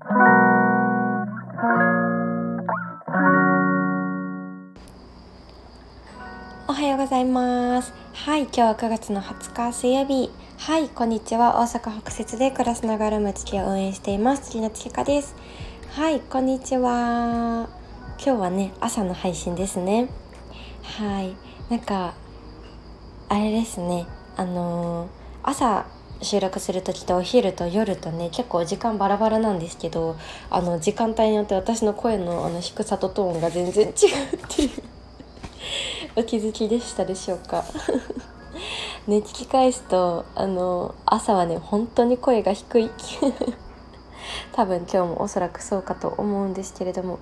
おはようございます。はい、今日は9月の20日水曜日。はい、こんにちは。大阪北節で暮らすながらムチキを運営しています月のちかです。はい、こんにちは。今日はね、朝の配信ですね。はい、なんかあれですね。朝収録する時とお昼と夜とね、結構時間バラバラなんですけど、時間帯によって私の声の低さとトーンが全然違うっていうお気づきでしたでしょうかね、聞き返すと朝はね本当に声が低い多分今日もおそらくそうかと思うんですけれども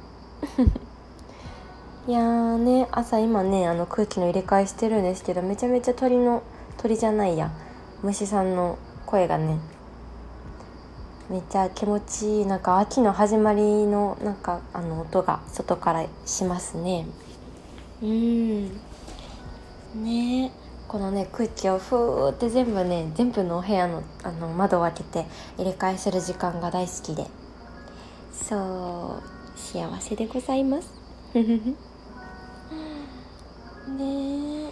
いやーね、朝今ね空気の入れ替えしてるんですけど、めちゃめちゃ鳥じゃないや虫さんの声がねめっちゃ気持ちいい。なんか秋の始まりのなんか音が外からしますね。ね、このね空気をふーって全部のお部屋の窓を開けて入れ替えする時間が大好きで、そう幸せでございますね。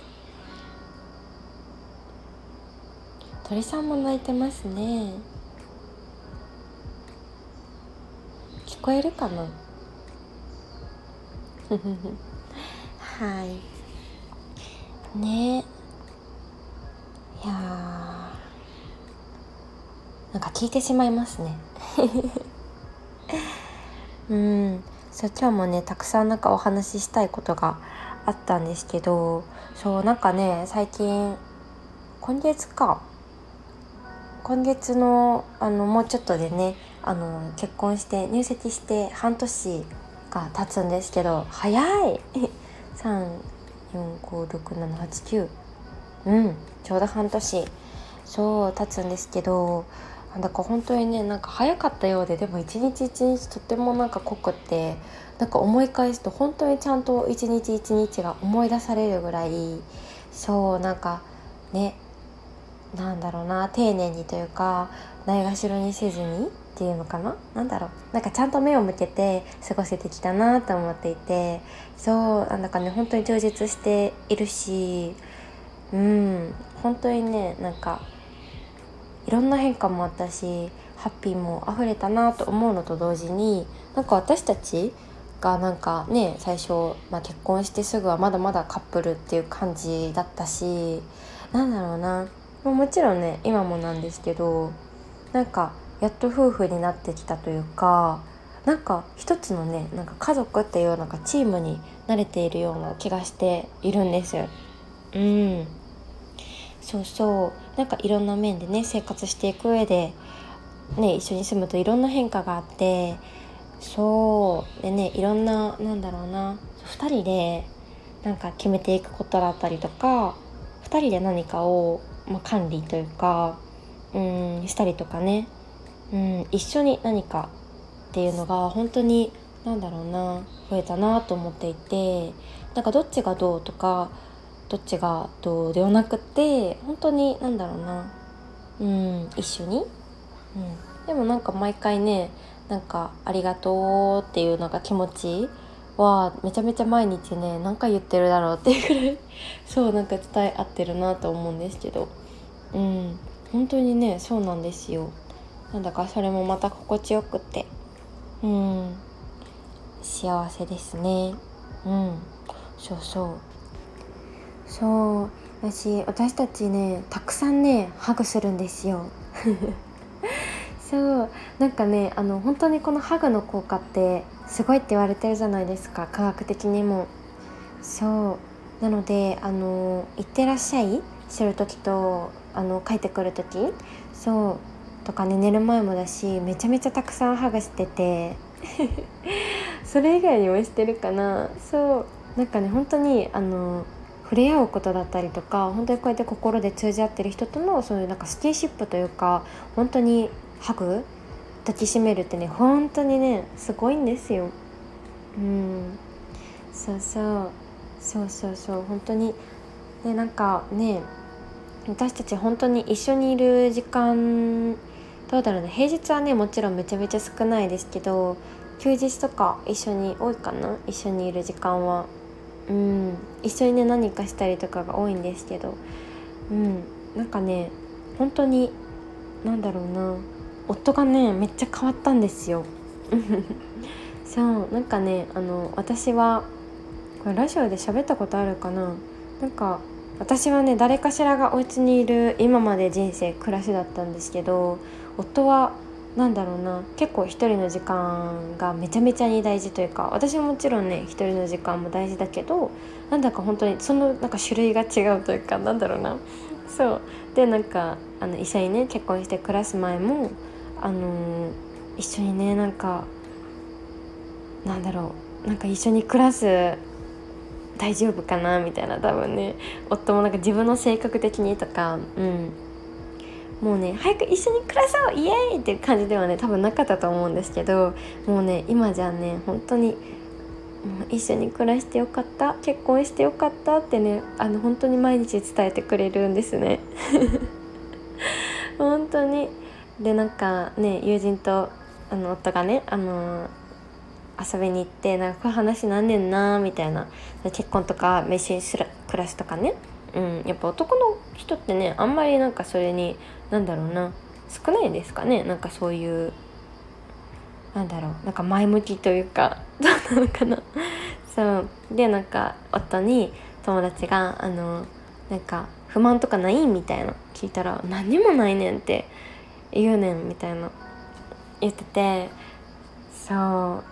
鳥さんも鳴いてますね。聞こえるかなはいね。いやなんか聞いてしまいますねそう、今日もねたくさんなんかお話ししたいことがあったんですけど、そうなんかね最近今月のもうちょっとでね結婚して入籍して半年が経つんですけど、早い3456789ちょうど半年そう経つんですけど、だから本当にねなんか早かったようで、でも一日一日とてもなんか濃くって、なんか思い返すと本当にちゃんと一日一日が思い出されるぐらい、そうなんかね、なんだろうな、丁寧にというかないがしろにせずにっていうのかな、なんだろう、なんかちゃんと目を向けて過ごせてきたなと思っていて、そうなんだかね本当に充実しているし、本当にねなんかいろんな変化もあったしハッピーも溢れたなと思うのと同時に、なんか私たちがなんかね最初、結婚してすぐはまだまだカップルっていう感じだったし、なんだろうな、もちろんね今もなんですけど、なんかやっと夫婦になってきたというか、なんか一つのねなんか家族っていうなんかチームに慣れているような気がしているんです。そうそう、なんかいろんな面でね生活していく上でね一緒に住むといろんな変化があって、そうでねいろんな、なんだろうな、2人でなんか決めていくことだったりとか、2人で何かを、管理というかしたりとかね、一緒に何かっていうのが本当になんだろうな増えたなと思っていて、なんかどっちがどうとかどっちがどうではなくて、本当になんだろうな、一緒に、でもなんか毎回ねなんかありがとうっていうなんか気持ちはめちゃめちゃ毎日ね何回言ってるだろうっていうくらいそうなんか伝え合ってるなと思うんですけど、本当にねそうなんですよ。なんだかそれもまた心地よくて幸せですね。そう私たちねたくさんねハグするんですよそうなんかね本当にこのハグの効果ってすごいって言われてるじゃないですか、科学的にも。そうなので行ってらっしゃいする時と帰ってくる時そうとかね、寝る前もだしめちゃめちゃたくさんハグしててそれ以外にもしてるかな。そうなんかね本当に触れ合うことだったりとか、本当にこうやって心で通じ合ってる人とのそういうなんかスキンシップというか、本当にハグ抱きしめるってね本当にねすごいんですよ。そう本当に。なんかね私たち本当に一緒にいる時間どうだろうね、平日はねもちろんめちゃめちゃ少ないですけど、休日とか一緒に多いかな、一緒にいる時間は。一緒にね何かしたりとかが多いんですけど、なんかね本当になんだろうな、夫がねめっちゃ変わったんですよそうなんかね私はこれラジオで喋ったことあるかな、なんか私はね誰かしらがお家にいる今まで人生暮らしだったんですけど、夫はなんだろうな、結構一人の時間がめちゃめちゃに大事というか、私ももちろんね一人の時間も大事だけど、なんだか本当にそのなんか種類が違うというか、なんだろうな、そうでなんか一緒にね結婚して暮らす前も一緒にねなんかなんだろう、なんか一緒に暮らす大丈夫かなみたいな、多分ね夫もなんか自分の性格的にとか、もうね早く一緒に暮らそうイエーイっていう感じではね多分なかったと思うんですけど、もうね今じゃね本当に一緒に暮らしてよかった、結婚してよかったってね本当に毎日伝えてくれるんですね本当に。でなんかね友人と夫がね遊びに行って、なんかこういう話なんねんなみたいな、結婚とか一緒に暮らしとかね、やっぱ男の人ってねあんまりなんかそれになんだろうな、少ないですかね、なんかそういうなんだろう、なんか前向きというかどうなのかなそうでなんか夫に友達がなんか不満とかないみたいな聞いたら、何にもないねんって言うねんみたいな言ってて、そう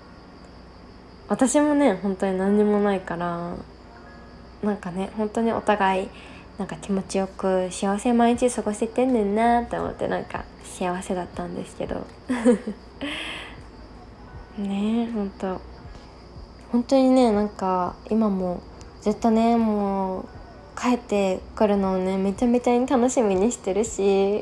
私もね本当に何にもないから、なんかね本当にお互いなんか気持ちよく幸せ毎日過ごせてんねんなって思って、なんか幸せだったんですけどねえ本当にねなんか今もずっとねもう帰ってくるのをねめちゃめちゃに楽しみにしてるし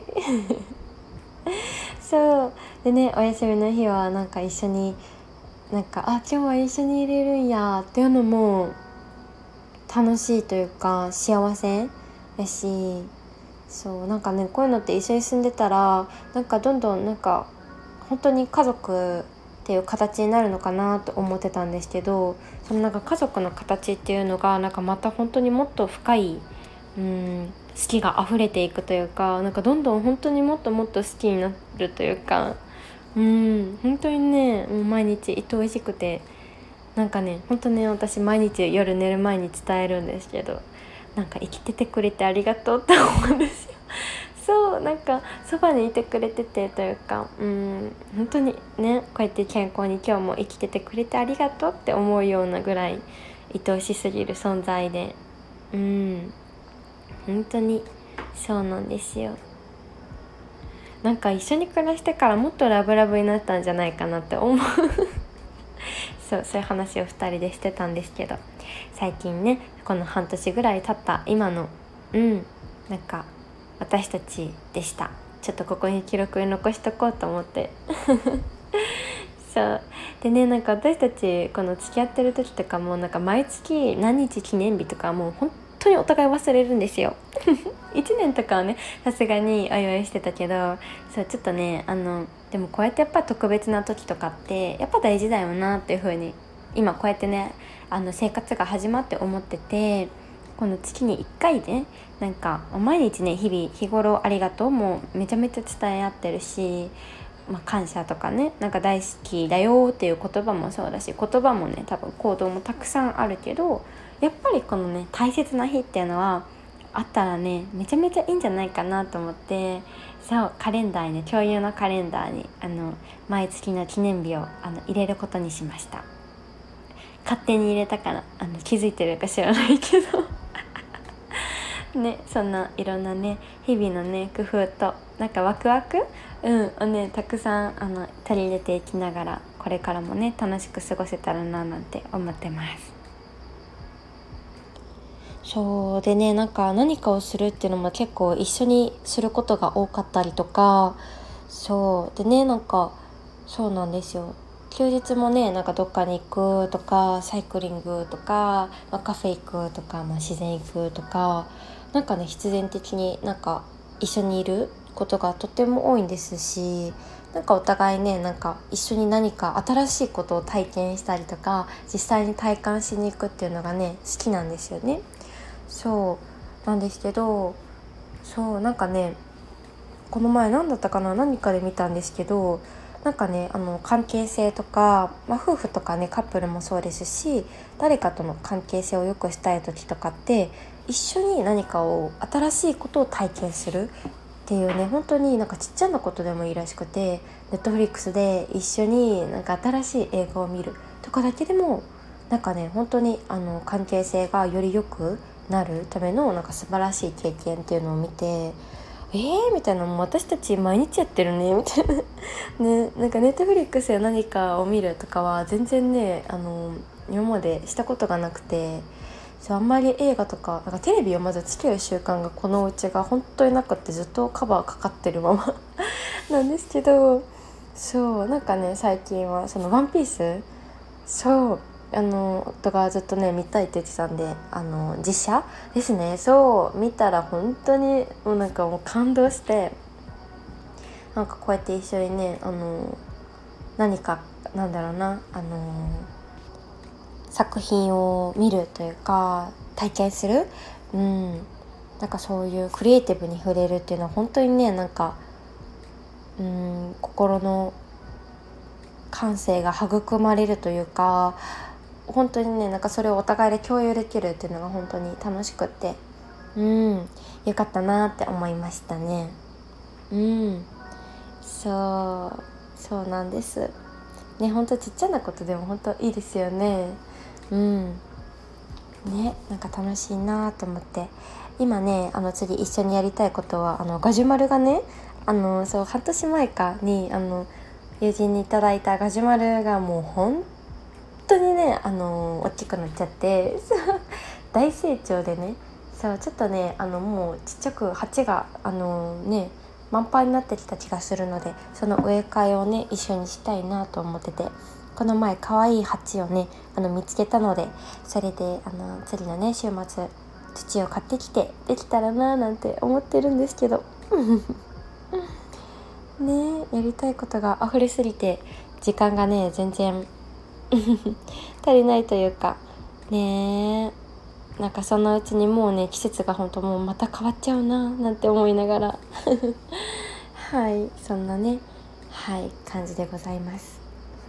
そうでねお休みの日はなんか一緒になんか今日は一緒にいれるんやっていうのも楽しいというか幸せやし、そうなんかねこういうのって一緒に住んでたらなんかどんどんなんか本当に家族っていう形になるのかなと思ってたんですけど、そのなんか家族の形っていうのがなんかまた本当にもっと深い好きが溢れていくというか、なんかどんどん本当にもっともっと好きになるというか、本当にねもう毎日愛おしくて、なんかね本当ね私毎日夜寝る前に伝えるんですけど、なんか生きててくれてありがとうって思うんですよそうなんかそばにいてくれててというか、本当にねこうやって健康に今日も生きててくれてありがとうって思うようなぐらい愛おしすぎる存在で、本当にそうなんですよ。なんか一緒に暮らしてからもっとラブラブになったんじゃないかなって思うそういう話を2人でしてたんですけど、最近ねこの半年ぐらい経った今のなんか私たちでした。ちょっとここに記録に残しとこうと思ってそうでねなんか私たちこの付き合ってる時とかもなんか毎月何日記念日とかもう本当にお互い忘れるんですよ1年とかはねさすがにお祝いしてたけど、そうちょっとねでもこうやってやっぱ特別な時とかってやっぱ大事だよなっていう風に今こうやってね生活が始まって思ってて、この月に1回ねなんか毎日ね日頃ありがとうもめちゃめちゃ伝え合ってるし、感謝とかねなんか大好きだよっていう言葉もそうだし、言葉もね多分行動もたくさんあるけど、やっぱりこのね大切な日っていうのはあったらねめちゃめちゃいいんじゃないかなと思って、そうカレンダーにね共有のカレンダーに毎月の記念日を入れることにしました。勝手に入れたから気づいてるか知らないけどね、そんないろんなね日々のね工夫となんかワクワクをねたくさん取り入れていきながら、これからもね楽しく過ごせたらななんて思ってます。そうでねなんか何かをするっていうのも結構一緒にすることが多かったりとか、そうでねなんかそうなんですよ。休日もねなんかどっかに行くとかサイクリングとか、カフェ行くとか、自然行くとか、なんかね必然的になんか一緒にいることがとても多いんですし、なんかお互いね、なんか一緒に何か新しいことを体験したりとか実際に体感しに行くっていうのがね好きなんですよね。そうなんですけど、そうなんかね、この前何だったかな、何かで見たんですけど、なんかね関係性とか、夫婦とかねカップルもそうですし、誰かとの関係性を良くしたい時とかって一緒に何かを新しいことを体験するっていうね、本当になんかちっちゃなことでもいいらしくて、ネットフリックスで一緒になんか新しい映画を見るとかだけでもなんかね、本当に関係性がより良くなるためのなんか素晴らしい経験っていうのを見て、みたいな、もう私たち毎日やってるねみたいなね、なんかネットフリックスで何かを見るとかは全然ね今までしたことがなくて、あんまり映画とか、なんかテレビをまずつける習慣がこのうちが本当になくって、ずっとカバーかかってるままなんですけど、そうなんかね、最近はそのワンピース、そう夫がずっとね見たいって言ってたんで、実写ですね、そう見たら本当にもうなんかもう感動して、なんかこうやって一緒にね何かなんだろうな作品を見るというか体験する、なんかそういうクリエイティブに触れるっていうのは本当にね、なんか心の感性が育まれるというか、本当にね、なんかそれをお互いで共有できるっていうのが本当に楽しくって、よかったなって思いましたね。そうなんですね。本当ちっちゃなことでも本当いいですよね。なんか楽しいなと思って、今ね次一緒にやりたいことはガジュマルがねそう半年前かに友人にいただいたガジュマルがもう本当にね大きくなっちゃって大成長でね、そうちょっとねもうちっちゃく鉢が満杯になってきた気がするので、その植え替えをね一緒にしたいなと思ってて、この前可愛い鉢をね見つけたので、それで次のね週末土を買ってきてできたらななんて思ってるんですけどね、やりたいことが溢れすぎて時間がね全然足りないというかね、なんかそのうちにもうね季節が本当もうまた変わっちゃうななんて思いながらはい、そんなね感じでございます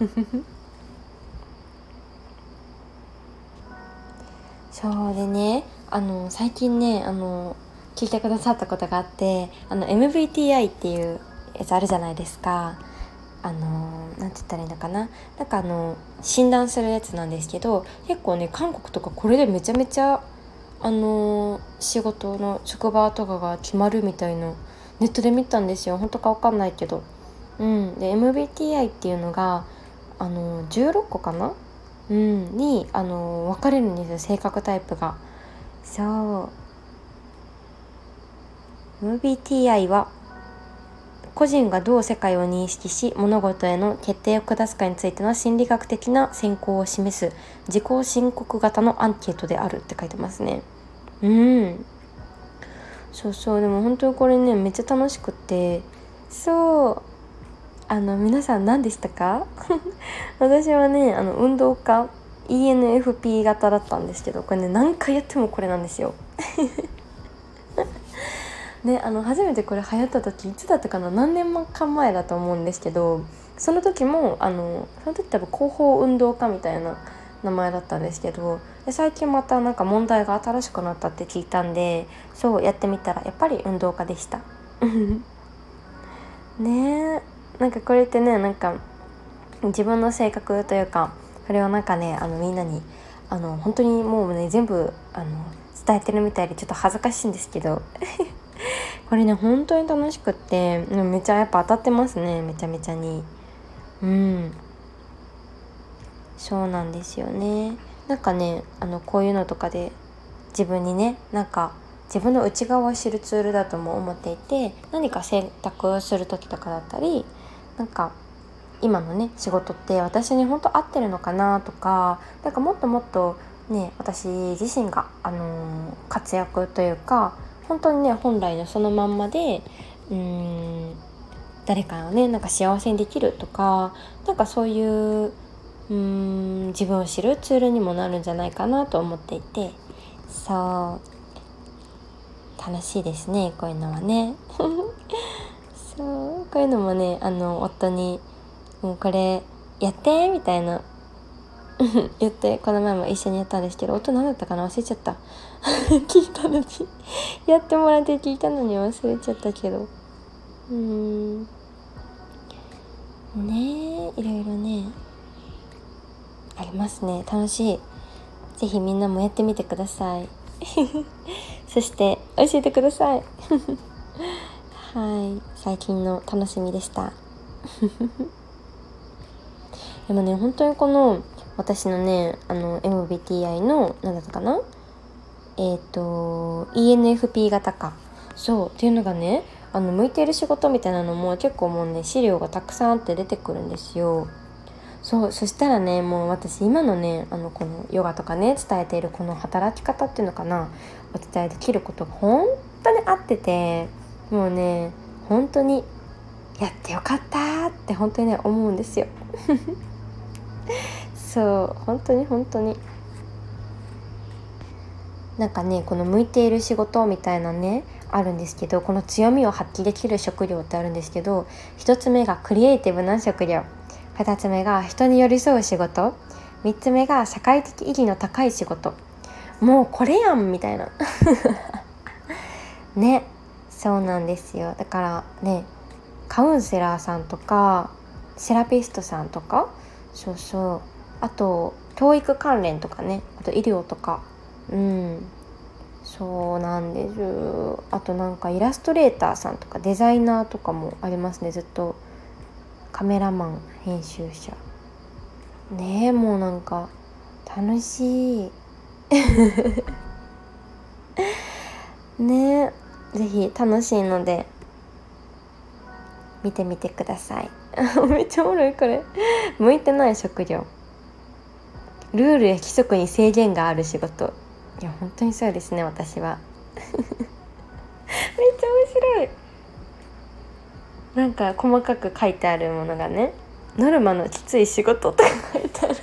そうでね、最近ね聞いてくださったことがあって、MBTI っていうやつあるじゃないですか。なんて言ったらいいのかな、なんか診断するやつなんですけど、結構ね韓国とかこれでめちゃめちゃ仕事の職場とかが決まるみたいなネットで見たんですよ。本当か分かんないけど、で MBTI っていうのが16個かな、に分かれるんですよ、性格タイプが。そう MBTI は個人がどう世界を認識し物事への決定を下すかについての心理学的な選考を示す自己申告型のアンケートであるって書いてますね。そうでも本当にこれねめっちゃ楽しくって、皆さん何でしたか私はね運動家 ENFP 型だったんですけど、これね何回やってもこれなんですよね、初めてこれ流行った時いつだったかな、何年か前だと思うんですけど、その時もその時多分広報運動家みたいな名前だったんですけど、で最近またなんか問題が新しくなったって聞いたんで、そうやってみたらやっぱり運動家でしたねえ、なんかこれってね、なんか自分の性格というか、それをなんかねみんなに本当にもうね全部伝えてるみたいでちょっと恥ずかしいんですけどこれね本当に楽しくって、めっちゃやっぱ当たってますね、めちゃめちゃに。そうなんですよね。なんかねこういうのとかで自分にね、なんか自分の内側を知るツールだとも思っていて、何か選択する時とかだったり、なんか今のね仕事って私に本当合ってるのかなとか、なんかもっともっとね私自身が活躍というか、本当にね本来のそのまんまでうーん誰かをねなんか幸せにできるとか、なんかそういう自分を知るツールにもなるんじゃないかなと思っていて、そう楽しいですね、こういうのはねそうこういうのもね夫にもうこれやってみたいな言って、この前も一緒にやったんですけど、音何だったかな忘れちゃった聞いたのにやってもらって聞いたのに忘れちゃったけど、ねえいろいろねありますね。楽しい。ぜひみんなもやってみてくださいそして教えてくださいはい、最近の楽しみでしたでもね本当にこの私のねMBTI の何だったかなENFP 型か、そうっていうのがね向いている仕事みたいなのも結構もうね資料がたくさんあって出てくるんですよ。そしたらねもう私今のねこのヨガとかね伝えているこの働き方っていうのかなお伝えできることが本当に合ってて、もうね本当にやってよかったって本当にね思うんですよそう本当に本当になんかねこの向いている仕事みたいなねあるんですけど、この強みを発揮できる職業ってあるんですけど、一つ目がクリエイティブな職業、二つ目が人に寄り添う仕事、三つ目が社会的意義の高い仕事。もうこれやんみたいなね、そうなんですよ。だからねカウンセラーさんとかセラピストさんとか、そうあと教育関連とかね、あと医療とか、そうなんです。あとなんかイラストレーターさんとかデザイナーとかもありますね。ずっとカメラマン、編集者ねえ、もうなんか楽しいねえ、ぜひ楽しいので見てみてくださいめっちゃおもろいこれ向いてない職業、ルールや規則に制限がある仕事。いや本当にそうですね、私はめっちゃ面白い。なんか細かく書いてあるものがね、ノルマのきつい仕事とか書いてある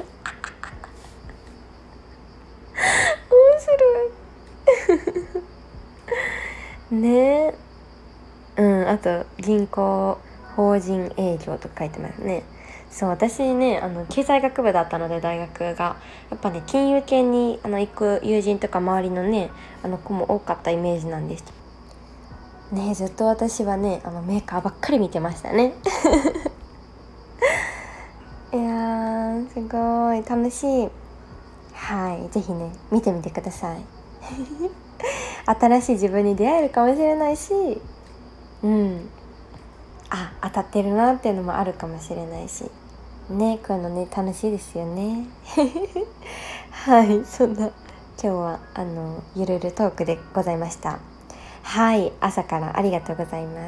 面白いねえ、あと銀行法人営業とか書いてますね。そう、私ね経済学部だったので大学がやっぱね金融系に行く友人とか周りのね子も多かったイメージなんですね。ずっと私はねメーカーばっかり見てましたねいやーすごい楽しい。はい、ぜひね見てみてください新しい自分に出会えるかもしれないし、当たってるなっていうのもあるかもしれないしね、こういうのね楽しいですよねはい、そんな今日はゆるゆるトークでございました。はい、朝からありがとうござい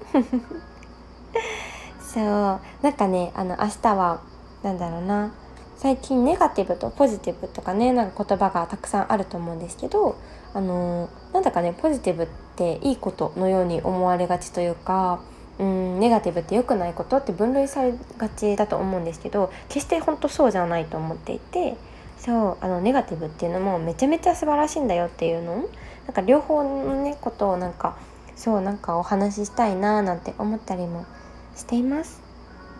ますそうなんかね明日はなんだろうな、最近ネガティブとポジティブとかねなんか言葉がたくさんあると思うんですけど、なんだかねポジティブっていいことのように思われがちというか、ネガティブって良くないことって分類されがちだと思うんですけど、決して本当そうじゃないと思っていて、そうネガティブっていうのもめちゃめちゃ素晴らしいんだよっていうの、なんか両方のねことをなんかお話ししたいななんて思ったりもしています。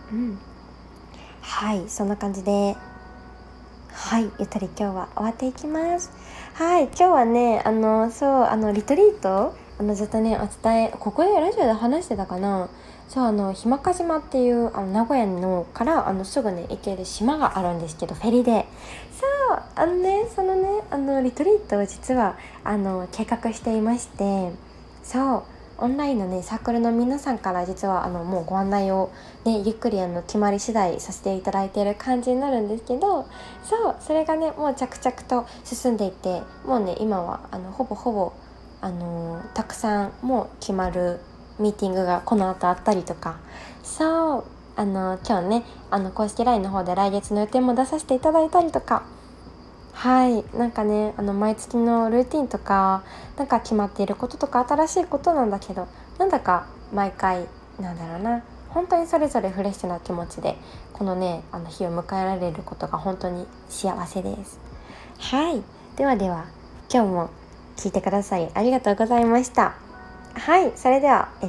はい、そんな感じでゆったり今日は終わっていきます。はい、今日はねリトリートずっとねお伝え、ここでラジオで話してたかな。日間賀島っていう名古屋のからすぐね行ける島があるんですけど、フェリーでそのねリトリートを実は計画していまして、オンラインのねサークルの皆さんから実はもうご案内をねゆっくり決まり次第させていただいている感じになるんですけど、それがねもう着々と進んでいて、もうね今はほぼたくさんもう決まるミーティングがこの後あったりとか、今日ね公式 LINE の方で来月の予定も出させていただいたりとか、なんかね毎月のルーティンとかなんか決まっていることとか新しいことなんだけど、なんだか毎回なんだろうな、本当にそれぞれフレッシュな気持ちでこのね日を迎えられることが本当に幸せです。はい、ではでは今日も聞いてくださりありがとうございました。はい、それでは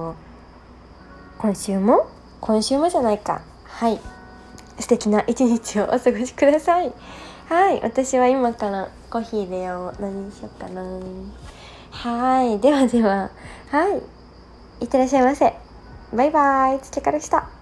今週もじゃないか、はい、素敵な一日をお過ごしください。はい、私は今からコーヒーで何にしようかな。はい、ではでは、はい、いってらっしゃいませ。バイバイ、つちからした。